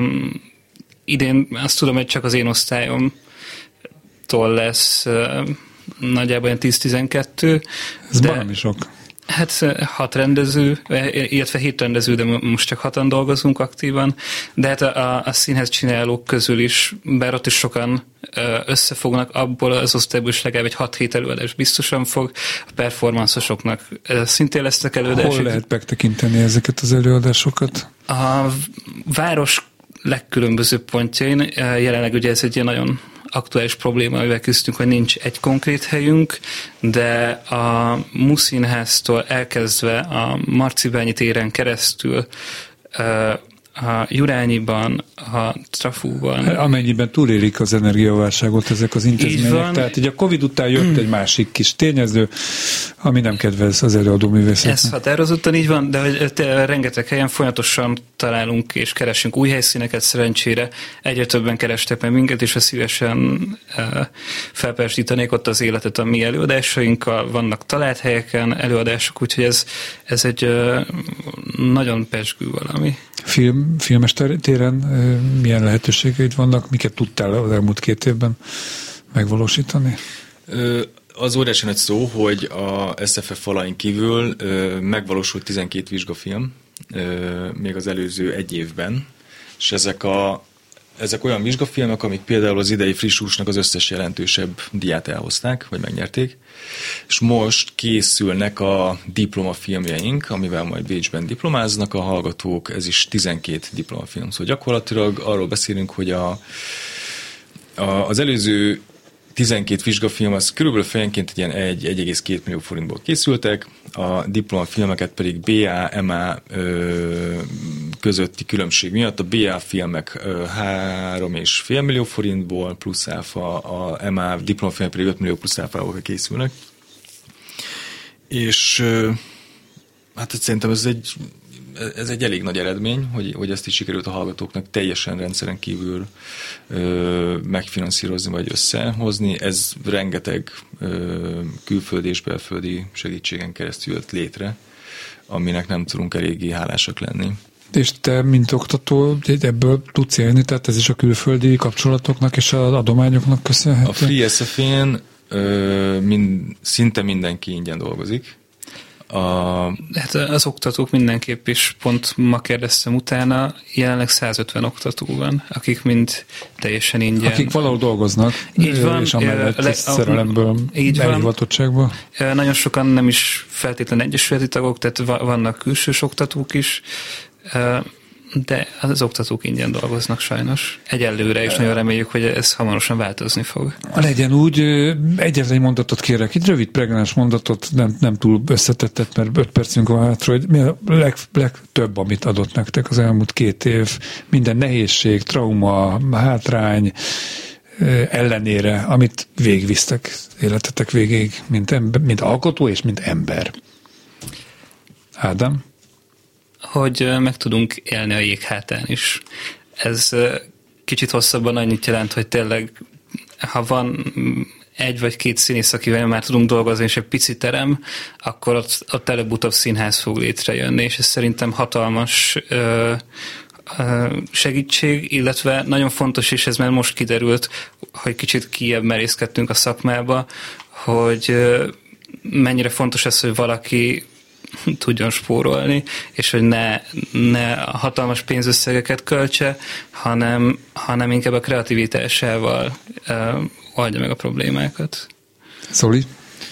Idén azt tudom, hogy csak az én osztályomtól lesz nagyjából ilyen 10-12. Ez valami sok. Hát 6 rendező, illetve 7 rendező, de most csak 6-an dolgozunk aktívan. De hát a színház csinálók közül is, bár ott is sokan összefognak, abból az osztályból is legalább egy 6-7 előadás biztosan fog. A performanszosoknak szintén lesznek előadások. Hol lehet megtekinteni ezeket az előadásokat? A város legkülönbözőbb pontjain. Jelenleg ugye ez egy ilyen nagyon aktuális probléma, amivel küzdünk, hogy nincs egy konkrét helyünk, de a Muszínháztól elkezdve a Marcibányi téren keresztül a Jurányiban, a Trafúban. Amennyiben túlélik az energiaválságot ezek az intézmények. Tehát ugye a Covid után jött egy másik kis tényező, ami nem kedvez az előadó művészetnek. Ez határozottan így van, de hogy rengeteg helyen folyamatosan találunk és keresünk új helyszíneket, szerencsére egyre többen kerestek meg minket, és szívesen felpersítenék ott az életet a mi előadásainkkal. Vannak talált helyeken előadások, úgyhogy ez egy nagyon pezsgő valami. Filmes téren milyen lehetőségeid vannak? Miket tudtál az elmúlt 2 évben megvalósítani? Az óriási nagy szó, hogy a SFF falain kívül megvalósult 12 vizsgafilm még az előző 1 évben, és ezek olyan vizsgafilmek, amik például az idei friss húsnak az összes jelentősebb díját elhozták, vagy megnyerték, és most készülnek a diplomafilmjeink, amivel majd Bécsben diplomáznak a hallgatók, ez is 12 diplomafilm. Szóval gyakorlatilag arról beszélünk, hogy az előző 12 vizsgafilm, az körülbelül fejenként egy ilyen 1,2 millió forintból készültek, a diplomafilmeket pedig BA, MA közötti különbség miatt a BA filmek 3,5 millió forintból plusz áfa, a MA diplomafilmek pedig 5 millió plusz áfával készülnek. És hát szerintem ez egy elég nagy eredmény, hogy ezt is sikerült a hallgatóknak teljesen rendszeren kívül megfinanszírozni vagy összehozni. Ez rengeteg külföldi és belföldi segítségen keresztül jött létre, aminek nem tudunk eléggé hálásak lenni. És te, mint oktató, ebből tudsz élni? Tehát ez is a külföldi kapcsolatoknak és az adományoknak köszönhető? A Free SF-én szinte mindenki ingyen dolgozik. Hát az oktatók mindenképp is, pont ma kérdeztem utána, jelenleg 150 oktató van, akik mind teljesen ingyen. Akik valahol dolgoznak, így van, és amellett szerelemből, elhivatottságból. Nagyon sokan nem is feltétlenül egyesületi tagok, tehát vannak külsős oktatók is, de az oktatók ingyen dolgoznak sajnos. Egyelőre, és nagyon reméljük, hogy ez hamarosan változni fog. Legyen úgy, egyetlen mondatot kérek, itt rövid, pregnás mondatot, nem túl összetettet, mert 5 percünk van hátra, hogy mi a legtöbb, amit adott nektek az elmúlt 2 év, minden nehézség, trauma, hátrány ellenére, amit végigvisztek életetek végéig, mint alkotó és mint ember. Ádám? Hogy meg tudunk élni a jéghátán is. Ez kicsit hosszabban annyit jelent, hogy tényleg, ha van 1 vagy 2 színész, akivel már tudunk dolgozni, és egy pici terem, akkor ott előbb-utóbb színház fog létrejönni, és ez szerintem hatalmas segítség, illetve nagyon fontos, és ez már most kiderült, hogy kicsit kijebb merészkedtünk a szakmába, hogy mennyire fontos az, hogy valaki tudjon spórolni, és hogy ne hatalmas pénzösszegeket költse, hanem inkább a kreativitásával oldja meg a problémákat. Zoli?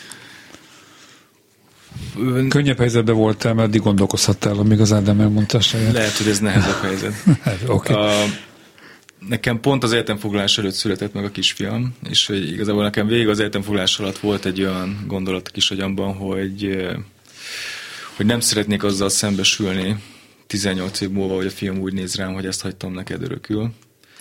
Könnyebb helyzetben voltál, mert addig gondolkozhattál, amíg az Ádám elmondta saját. Lehet, hogy ez nehezebb helyzet. Hát, okay. Nekem pont az egyetemfoglalás előtt született meg a kisfiam, és hogy igazából nekem végig az egyetemfoglalás alatt volt egy olyan gondolat a kisagyamban, hogy nem szeretnék azzal szembesülni 18 év múlva, hogy a fiam úgy néz rám, hogy ezt hagytam neked örökül.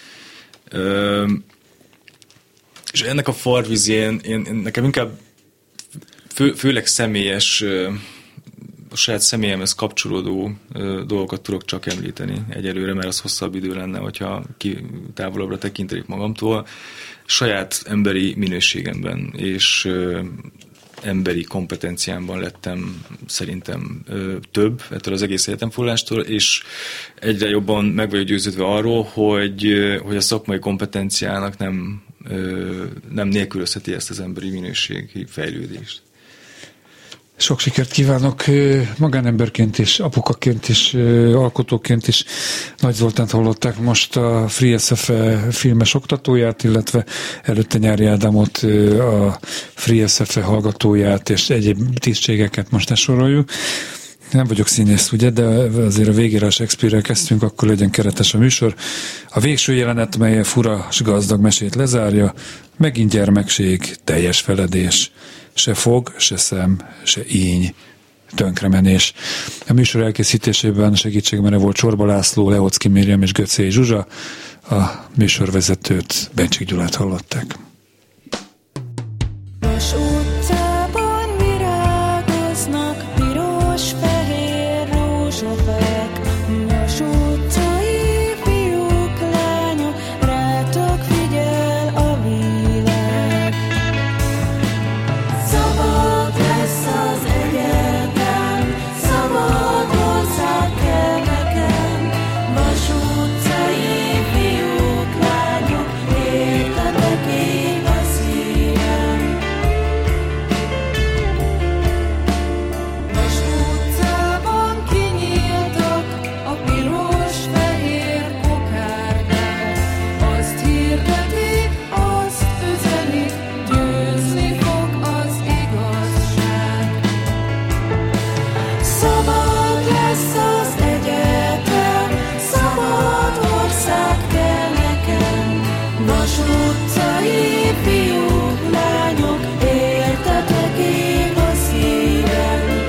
És ennek a farvizén nekem inkább főleg személyes, a saját személyemhez kapcsolódó dolgokat tudok csak említeni egyelőre, mert az hosszabb idő lenne, hogyha távolabbra tekintenék magamtól. Saját emberi minőségemben és emberi kompetenciámban lettem szerintem több ettől az egész egyetemfoglalástól, és egyre jobban meg vagyok győződve arról, hogy a szakmai kompetenciának nem nélkülözheti ezt az emberi minőségi fejlődést. Sok sikert kívánok magánemberként és apukaként és alkotóként is. Nagy Zoltánt hallották most, a Free SFE filmes oktatóját, illetve előtte Nyári Ádámot, a Free SFE hallgatóját és egyéb tisztségeket most ne soroljuk. Nem vagyok színész, ugye, de azért a végére a Shakespeare-rel kezdtünk, akkor legyen keretes a műsor. A végső jelenet, mely fura s gazdag mesét lezárja, megint gyermekség, teljes feledés. Se fog, se szem, se íny, tönkremenés. A műsor elkészítésében segítségmere volt Csorba László, Leocki Miriam és Göcé Zsuzsa. A műsorvezetőt, Bencsik Gyulát hallották. Utcában virágoznak piros-fehér rózsafák, Nyos utcai fiúk, lányok, rátok figyel a világ. Szabad lesz az egyetem, szabad ország kell nekem, Vas utcai fiúk, lányok, értetek ég a szívem. Vas utcában kinyíltak a piros-fehér kokárdák, azt hirdetik, azt üzenik, győzni fog az igazság. Szabad lesz az egyetem, szabad ország kell nekem, Vas utcai fiúk, lányok, értetek ég a szívem.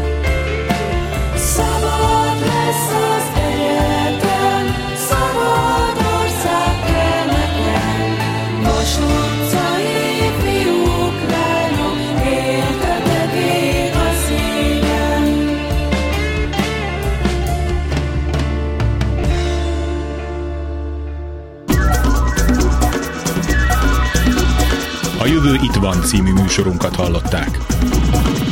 Szabad lesz az egyetem, szabad ország kell nekem, Vas utcai fiúk, lányok, értetek ég a szívem. A Jövő itt van című műsorunkat hallották.